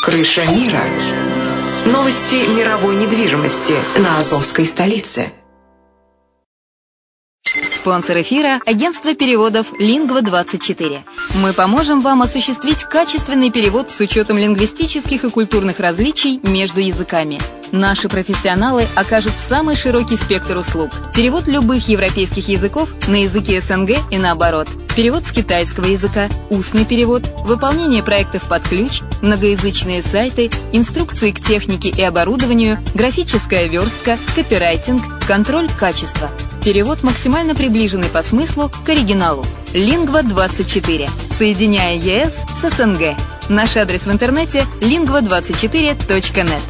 Крыша мира. Новости мировой недвижимости на Азовской столице. Спонсор эфира – агентство переводов Lingva24. Мы поможем вам осуществить качественный перевод с учетом лингвистических и культурных различий между языками. Наши профессионалы окажут самый широкий спектр услуг. Перевод любых европейских языков на языки СНГ и наоборот. Перевод с китайского языка, устный перевод, выполнение проектов под ключ, многоязычные сайты, инструкции к технике и оборудованию, графическая верстка, копирайтинг, контроль качества. Перевод максимально приближенный по смыслу к оригиналу. Lingva24. Соединяя ЕС с СНГ. Наш адрес в интернете lingva24.net.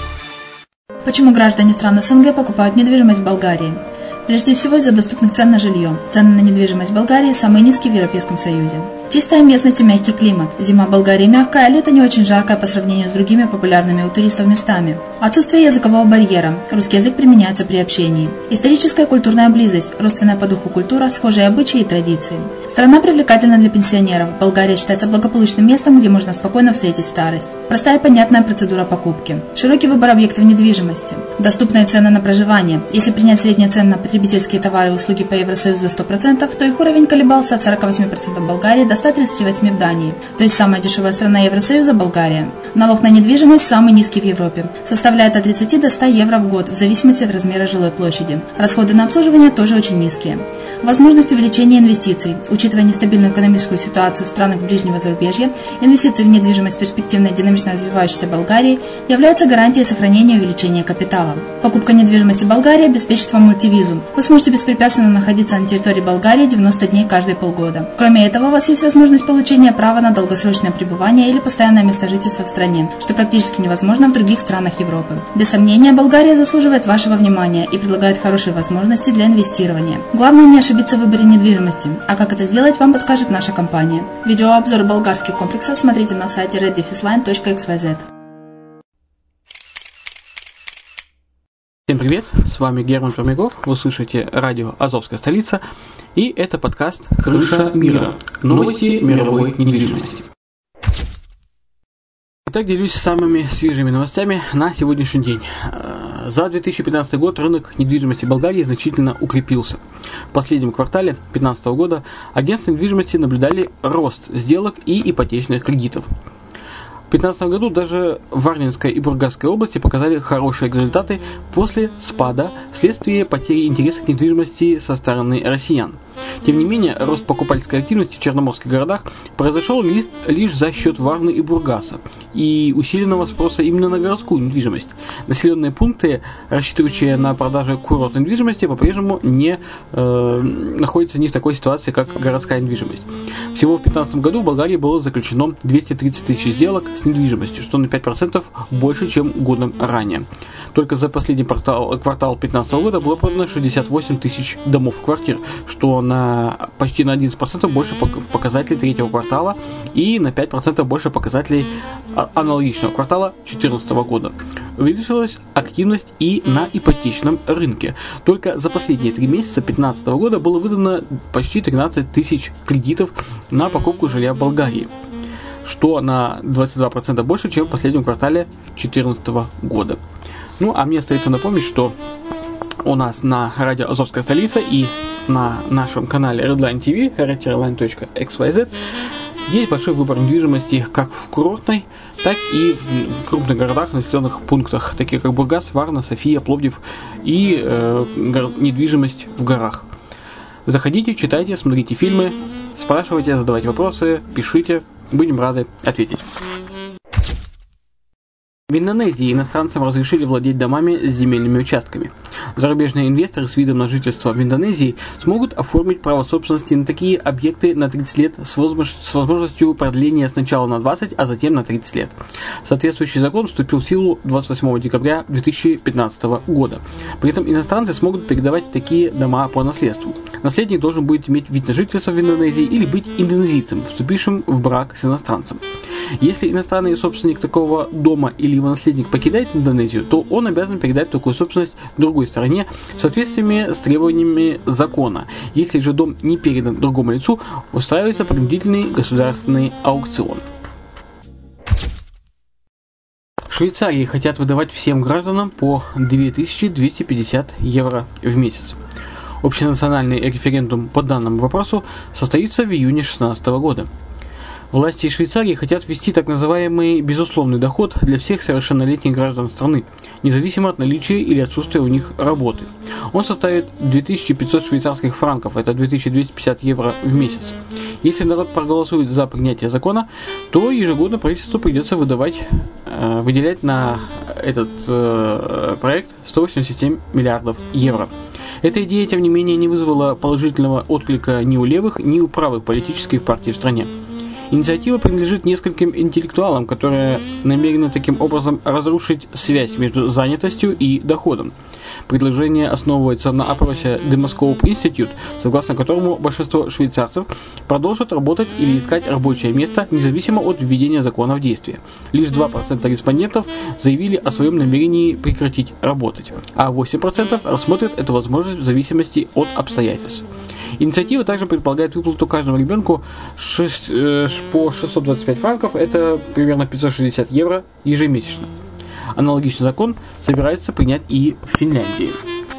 Почему граждане стран СНГ покупают недвижимость в Болгарии? Прежде всего из-за доступных цен на жилье. Цены на недвижимость в Болгарии самые низкие в Европейском Союзе. Чистая местность и мягкий климат. Зима в Болгарии мягкая, а лето не очень жаркое по сравнению с другими популярными у туристов местами. Отсутствие языкового барьера. Русский язык применяется при общении. Историческая и культурная близость. Родственная по духу культура, схожие обычаи и традиции. Страна привлекательна для пенсионеров. Болгария считается благополучным местом, где можно спокойно встретить старость. Простая и понятная процедура покупки. Широкий выбор объектов недвижимости. Доступные цены на проживание. Если принять средние цены на потребительские товары и услуги по Евросоюзу за 100%, то их уровень колебался от 48% в Болгарии до 138% в Дании. То есть самая дешевая страна Евросоюза – Болгария. Налог на недвижимость самый низкий в Европе. Составляет от 30 до 100 евро в год, в зависимости от размера жилой площади. Расходы на обслуживание тоже очень низкие. Возможность увеличения инвестиций. Учитывая нестабильную экономическую ситуацию в странах ближнего зарубежья, инвестиции в недвижимость в перспективной динамично развивающейся Болгарии являются гарантией сохранения и увеличения капитала. Покупка недвижимости в Болгарии обеспечит вам мультивизу. Вы сможете беспрепятственно находиться на территории Болгарии 90 дней каждые полгода. Кроме этого, у вас есть возможность получения права на долгосрочное пребывание или постоянное место жительства в стране, что практически невозможно в других странах Европы. Без сомнения, Болгария заслуживает вашего внимания и предлагает хорошие возможности для инвестирования. Главное не ошибиться в выборе недвижимости, а как это сделать, вам подскажет наша компания. Видеообзор болгарских комплексов смотрите на сайте reddefisline.xyz. Всем привет, с вами Герман Пермяков, вы слышите радио «Азовская столица», и это подкаст «Крыша мира. Новости мировой недвижимости». Итак, делюсь самыми свежими новостями на сегодняшний день. За 2015 год рынок недвижимости Болгарии значительно укрепился. В последнем квартале 2015 года агентства недвижимости наблюдали рост сделок и ипотечных кредитов. В 2015 году даже Варнинская и Бургасская области показали хорошие результаты после спада вследствие потери интереса к недвижимости со стороны россиян. Тем не менее, рост покупательской активности в черноморских городах произошел лишь за счет Варны и Бургаса и усиленного спроса именно на городскую недвижимость. Населенные пункты, рассчитывающие на продажу курортной недвижимости, по-прежнему не находятся не в такой ситуации, как городская недвижимость. Всего в 2015 году в Болгарии было заключено 230 тысяч сделок с недвижимостью, что на 5% больше, чем годом ранее. Только за последний квартал 2015 года было продано 68 тысяч домов и квартир, что на почти на 11% больше показателей третьего квартала и на 5% больше показателей аналогичного квартала 2014 года. Увеличилась активность и на ипотечном рынке. Только за последние 3 месяца 2015 года было выдано почти 13 тысяч кредитов на покупку жилья в Болгарии, что на 22% больше, чем в последнем квартале 2014 года. Ну, а мне остается напомнить, что у нас на радио «Азовская столица» и на нашем канале Redline TV, redline.xyz, есть большой выбор недвижимости как в курортной, так и в крупных городах, населенных пунктах, таких как Бургас, Варна, София, Пловдив и недвижимость в горах. Заходите, читайте, смотрите фильмы, спрашивайте, задавайте вопросы, пишите, будем рады ответить. В Индонезии иностранцам разрешили владеть домами с земельными участками. Зарубежные инвесторы с видом на жительство в Индонезии смогут оформить право собственности на такие объекты на 30 лет с возможностью продления сначала на 20, а затем на 30 лет. Соответствующий закон вступил в силу 28 декабря 2015 года. При этом иностранцы смогут передавать такие дома по наследству. Наследник должен будет иметь вид на жительство в Индонезии или быть индонезийцем, вступившим в брак с иностранцем. Если иностранный собственник такого дома или его наследник покидает Индонезию, то он обязан передать такую собственность другой стороне в соответствии с требованиями закона. Если же дом не передан другому лицу, устраивается принудительный государственный аукцион. Швейцарии хотят выдавать всем гражданам по 2250 евро в месяц. Общенациональный референдум по данному вопросу состоится в июне 2016 года. Власти Швейцарии хотят ввести так называемый безусловный доход для всех совершеннолетних граждан страны, независимо от наличия или отсутствия у них работы. Он составит 2500 швейцарских франков, это 2250 евро в месяц. Если народ проголосует за принятие закона, то ежегодно правительству придется выделять на этот проект 187 миллиардов евро. Эта идея, тем не менее, не вызвала положительного отклика ни у левых, ни у правых политических партий в стране. Инициатива принадлежит нескольким интеллектуалам, которые намерены таким образом разрушить связь между занятостью и доходом. Предложение основывается на опросе Demoscope Institute, согласно которому большинство швейцарцев продолжат работать или искать рабочее место независимо от введения закона в действие. Лишь 2% респондентов заявили о своем намерении прекратить работать, а 8% рассмотрят эту возможность в зависимости от обстоятельств. Инициатива также предполагает выплату каждому ребенку по 625 франков, это примерно 560 евро ежемесячно. Аналогичный закон собирается принять и в Финляндии.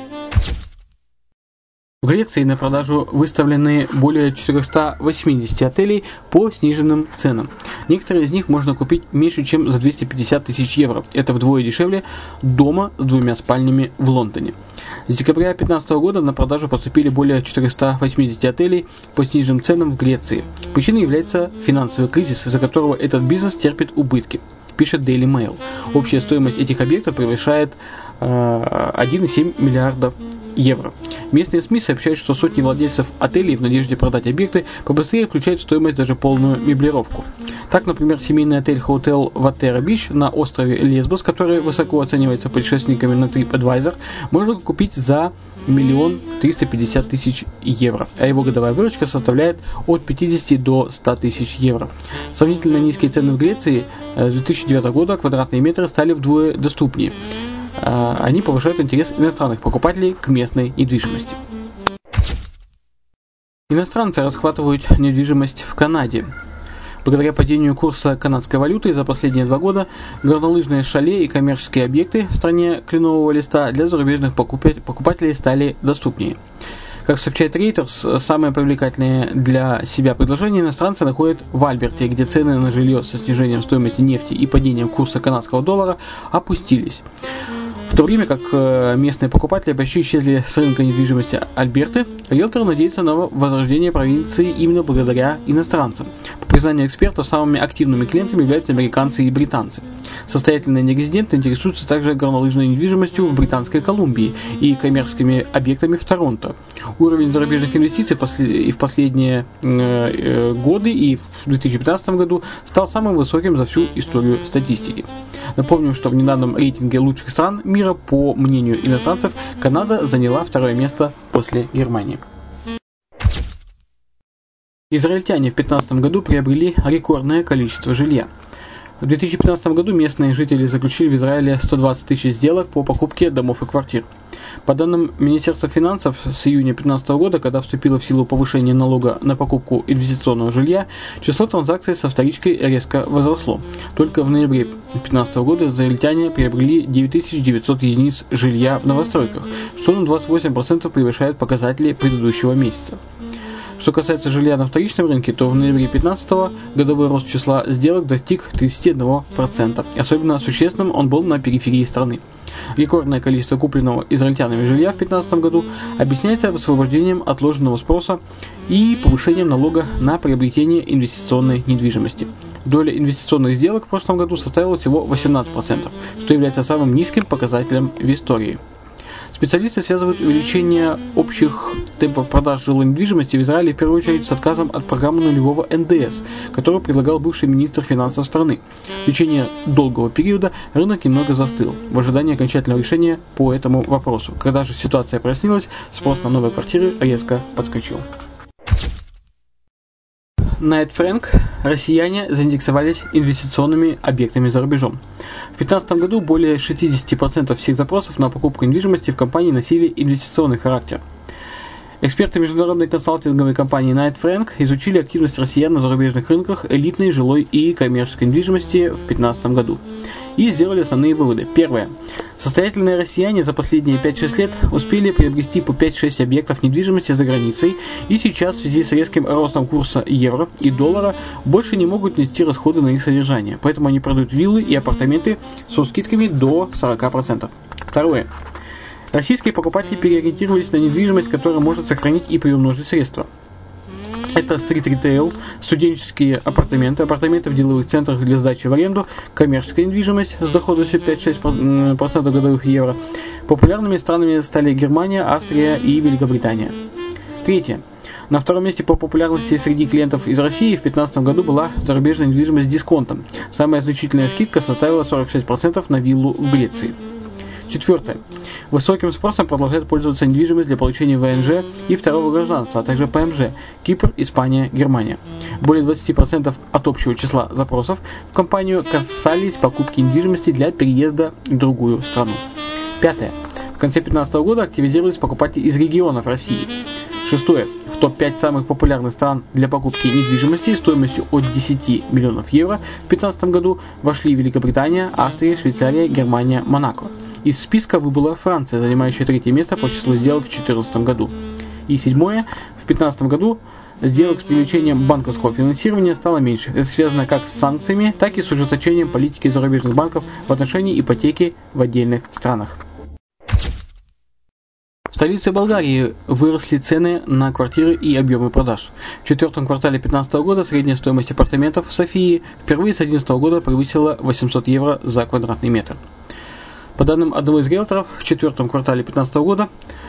В Греции на продажу выставлены более 480 отелей по сниженным ценам. Некоторые из них можно купить меньше, чем за 250 тысяч евро. Это вдвое дешевле дома с 2 спальнями в Лондоне. С декабря 2015 года на продажу поступили более 480 отелей по сниженным ценам в Греции. Причиной является финансовый кризис, из-за которого этот бизнес терпит убытки, пишет Daily Mail. Общая стоимость этих объектов превышает 1,7 миллиарда евро. Местные СМИ сообщают, что сотни владельцев отелей в надежде продать объекты побыстрее включают в стоимость даже полную меблировку. Так, например, семейный отель Hotel Vatera Beach на острове Лесбос, который высоко оценивается путешественниками на TripAdvisor, можно купить за 1 350 000 евро, а его годовая выручка составляет от 50 до 100 тысяч евро. Сравнительно низкие цены в Греции с 2009 года квадратные метры стали вдвое доступнее. Они повышают интерес иностранных покупателей к местной недвижимости. Иностранцы расхватывают недвижимость в Канаде. Благодаря падению курса канадской валюты за последние 2 года горнолыжные шале и коммерческие объекты в стране кленового листа для зарубежных покупателей стали доступнее. Как сообщает Reuters, самые привлекательные для себя предложения иностранцы находят в Альберте, где цены на жилье со снижением стоимости нефти и падением курса канадского доллара опустились. В то время как местные покупатели почти исчезли с рынка недвижимости Альберты, риэлторы надеются на возрождение провинции именно благодаря иностранцам. По признанию экспертов, самыми активными клиентами являются американцы и британцы. Состоятельные нерезиденты интересуются также горнолыжной недвижимостью в Британской Колумбии и коммерческими объектами в Торонто. Уровень зарубежных инвестиций в последние годы и в 2015 году стал самым высоким за всю историю статистики. Напомним, что в недавнем рейтинге лучших стран мира, по мнению иностранцев, Канада заняла 2-е место после Германии. Израильтяне в 2015 году приобрели рекордное количество жилья. В 2015 году местные жители заключили в Израиле 120 тысяч сделок по покупке домов и квартир. По данным Министерства финансов, с июня 2015 года, когда вступило в силу повышение налога на покупку инвестиционного жилья, число транзакций со вторичкой резко возросло. Только в ноябре 2015 года израильтяне приобрели 9900 единиц жилья в новостройках, что на 28% превышает показатели предыдущего месяца. Что касается жилья на вторичном рынке, то в ноябре 2015 годовой рост числа сделок достиг 31%. Особенно существенным он был на периферии страны. Рекордное количество купленного израильтянами жилья в 2015 году объясняется освобождением отложенного спроса и повышением налога на приобретение инвестиционной недвижимости. Доля инвестиционных сделок в прошлом году составила всего 18%, что является самым низким показателем в истории. Специалисты связывают увеличение общих темпов продаж жилой недвижимости в Израиле в первую очередь с отказом от программы нулевого НДС, которую предлагал бывший министр финансов страны. В течение долгого периода рынок немного застыл в ожидании окончательного решения по этому вопросу. Когда же ситуация прояснилась, спрос на новые квартиры резко подскочил. Найт Фрэнк. Россияне заиндексовались инвестиционными объектами за рубежом. В 2015 году более 60% всех запросов на покупку недвижимости в компании носили инвестиционный характер. Эксперты международной консалтинговой компании Knight Frank изучили активность россиян на зарубежных рынках элитной, жилой и коммерческой недвижимости в 2015 году и сделали основные выводы. Первое. Состоятельные россияне за последние 5-6 лет успели приобрести по 5-6 объектов недвижимости за границей и сейчас в связи с резким ростом курса евро и доллара больше не могут нести расходы на их содержание, поэтому они продают виллы и апартаменты со скидками до 40%. Второе. Российские покупатели переориентировались на недвижимость, которая может сохранить и приумножить средства. Это стрит-ритейл, студенческие апартаменты, апартаменты в деловых центрах для сдачи в аренду, коммерческая недвижимость с доходностью 5-6% годовых евро. Популярными странами стали Германия, Австрия и Великобритания. Третье. На втором месте по популярности среди клиентов из России в 2015 году была зарубежная недвижимость с дисконтом. Самая значительная скидка составила 46% на виллу в Греции. Четвертое. Высоким спросом продолжает пользоваться недвижимость для получения ВНЖ и второго гражданства, а также ПМЖ – Кипр, Испания, Германия. Более 20% от общего числа запросов в компанию касались покупки недвижимости для переезда в другую страну. Пятое. В конце 2015 года активизировались покупатели из регионов России. Шестое. В топ-5 самых популярных стран для покупки недвижимости стоимостью от 10 миллионов евро в 2015 году вошли Великобритания, Австрия, Швейцария, Германия, Монако. Из списка выбыла Франция, занимающая третье место по числу сделок в 2014 году. И седьмое. В 2015 году сделок с привлечением банковского финансирования стало меньше. Это связано как с санкциями, так и с ужесточением политики зарубежных банков в отношении ипотеки в отдельных странах. В столице Болгарии выросли цены на квартиры и объемы продаж. В четвертом квартале 2015 года средняя стоимость апартаментов в Софии впервые с 2011 года превысила 800 евро за квадратный метр. По данным одного из риэлторов, в четвертом квартале 2015 года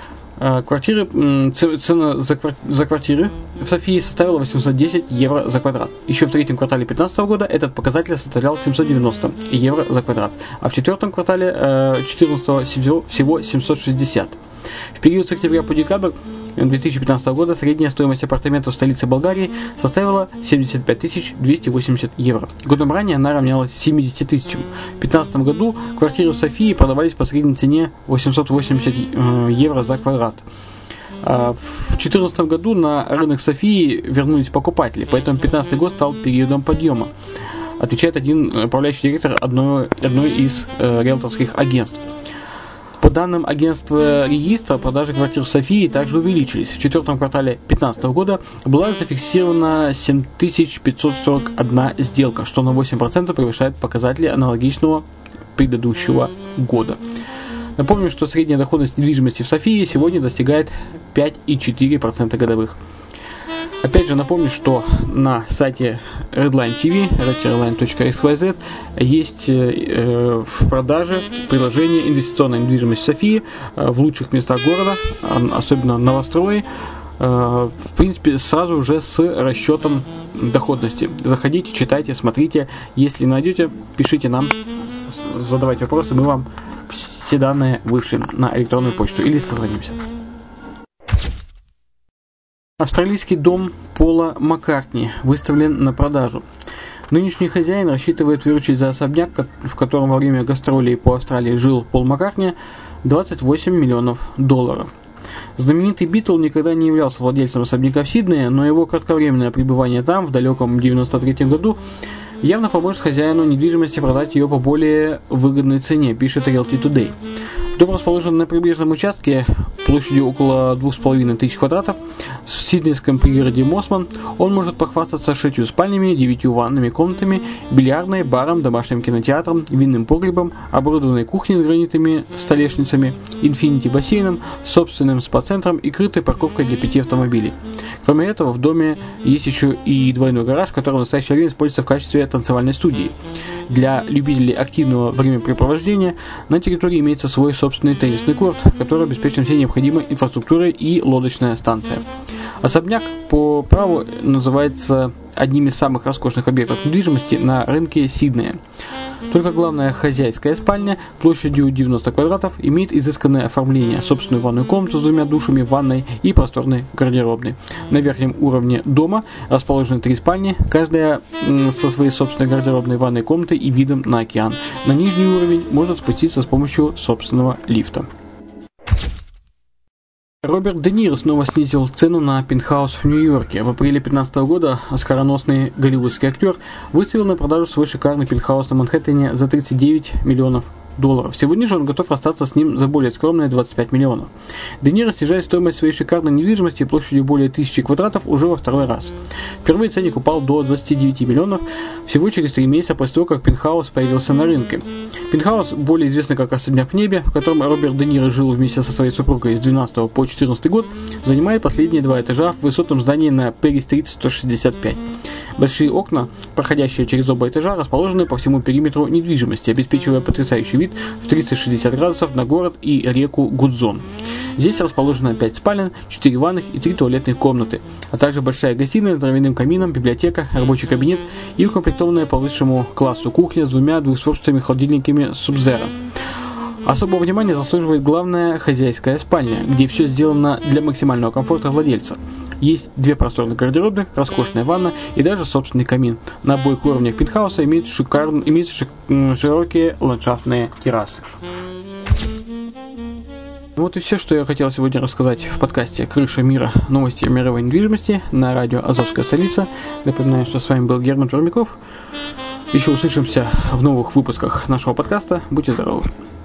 цена за квартиры в Софии составила 810 евро за квадрат. Еще в третьем квартале 2015 года этот показатель составлял 790 евро за квадрат, а в четвертом квартале 2014 всего 760. В период с октября по декабрь 2015 года средняя стоимость апартаментов в столице Болгарии составила 75 280 евро. Годом ранее она равнялась 70 тысячам. В 2015 году квартиры в Софии продавались по средней цене 880 евро за квадрат. В 2014 году на рынок Софии вернулись покупатели, поэтому 2015 год стал периодом подъема, отвечает один управляющий директор одной из риэлторских агентств. По данным агентства Регистра, продажи квартир в Софии также увеличились. В четвертом квартале 2015 года была зафиксирована 7541 сделка, что на 8% превышает показатели аналогичного предыдущего года. Напомню, что средняя доходность недвижимости в Софии сегодня достигает 5,4% годовых. Опять же напомню, что на сайте Redline TV, redline.xyz, есть в продаже приложение «Инвестиционная недвижимость в Софии» в лучших местах города, особенно новострои, в принципе, сразу уже с расчетом доходности. Заходите, читайте, смотрите. Если найдете, пишите нам, задавайте вопросы, мы вам все данные вышлем на электронную почту или созвонимся. Австралийский дом Пола Маккартни выставлен на продажу. Нынешний хозяин рассчитывает выручить за особняк, в котором во время гастролей по Австралии жил Пол Маккартни, $28 миллионов. Знаменитый Битл никогда не являлся владельцем особняка в Сиднее, но его кратковременное пребывание там в далеком 1993 году явно поможет хозяину недвижимости продать ее по более выгодной цене, пишет Realty Today. Дом расположен на прибрежном участке площадью около 2500 квадратов в сиднейском пригороде Мосман. Он может похвастаться 6 спальнями, 9 ванными комнатами, бильярдной, баром, домашним кинотеатром, винным погребом, оборудованной кухней с гранитными столешницами, инфинити-бассейном, собственным спа-центром и крытой парковкой для 5 автомобилей. Кроме этого, в доме есть еще и двойной гараж, который в настоящее время используется в качестве танцевальной студии. Для любителей активного времяпрепровождения на территории имеется свой собственный теннисный корт, который обеспечен всей необходимой инфраструктурой, и лодочная станция. Особняк по праву называется одним из самых роскошных объектов недвижимости на рынке Сиднея. Только главная хозяйская спальня площадью 90 квадратов имеет изысканное оформление, собственную ванную комнату с 2 душами, ванной и просторной гардеробной. На верхнем уровне дома расположены 3 спальни, каждая со своей собственной гардеробной, ванной комнатой и видом на океан. На нижний уровень можно спуститься с помощью собственного лифта. Роберт Де Ниро снова снизил цену на пентхаус в Нью-Йорке. В апреле 2015 года оскароносный голливудский актер выставил на продажу свой шикарный пентхаус на Манхэттене за $39 миллионов. Сегодня же он готов расстаться с ним за более скромные 25 миллионов. Де Ниро снижает стоимость своей шикарной недвижимости площадью более 1000 квадратов уже во второй раз. Впервые ценник упал до 29 миллионов всего через 3 месяца после того, как пентхаус появился на рынке. Пентхаус, более известный как «Особняк в небе», в котором Роберт Де Ниро жил вместе со своей супругой с 12 по 14 год, занимает последние 2 этажа в высотном здании на Перри-стрит 165. Большие окна, проходящие через оба этажа, расположены по всему периметру недвижимости, обеспечивая потрясающий вид в 360 градусов на город и реку Гудзон. Здесь расположено 5 спален, 4 ванных и 3 туалетных комнаты, а также большая гостиная с дровяным камином, библиотека, рабочий кабинет и укомплектованная по высшему классу кухня с 2 двухстворчатыми холодильниками Sub-Zero. Особого внимания заслуживает главная хозяйская спальня, где все сделано для максимального комфорта владельца. Есть 2 просторных гардеробных, роскошная ванна и даже собственный камин. На обоих уровнях пентхауса имеются широкие ландшафтные террасы. Вот и все, что я хотел сегодня рассказать в подкасте «Крыша мира. Новости мировой недвижимости» на радио «Азовская столица». Напоминаю, что с вами был Герман Пермяков. Еще услышимся в новых выпусках нашего подкаста. Будьте здоровы!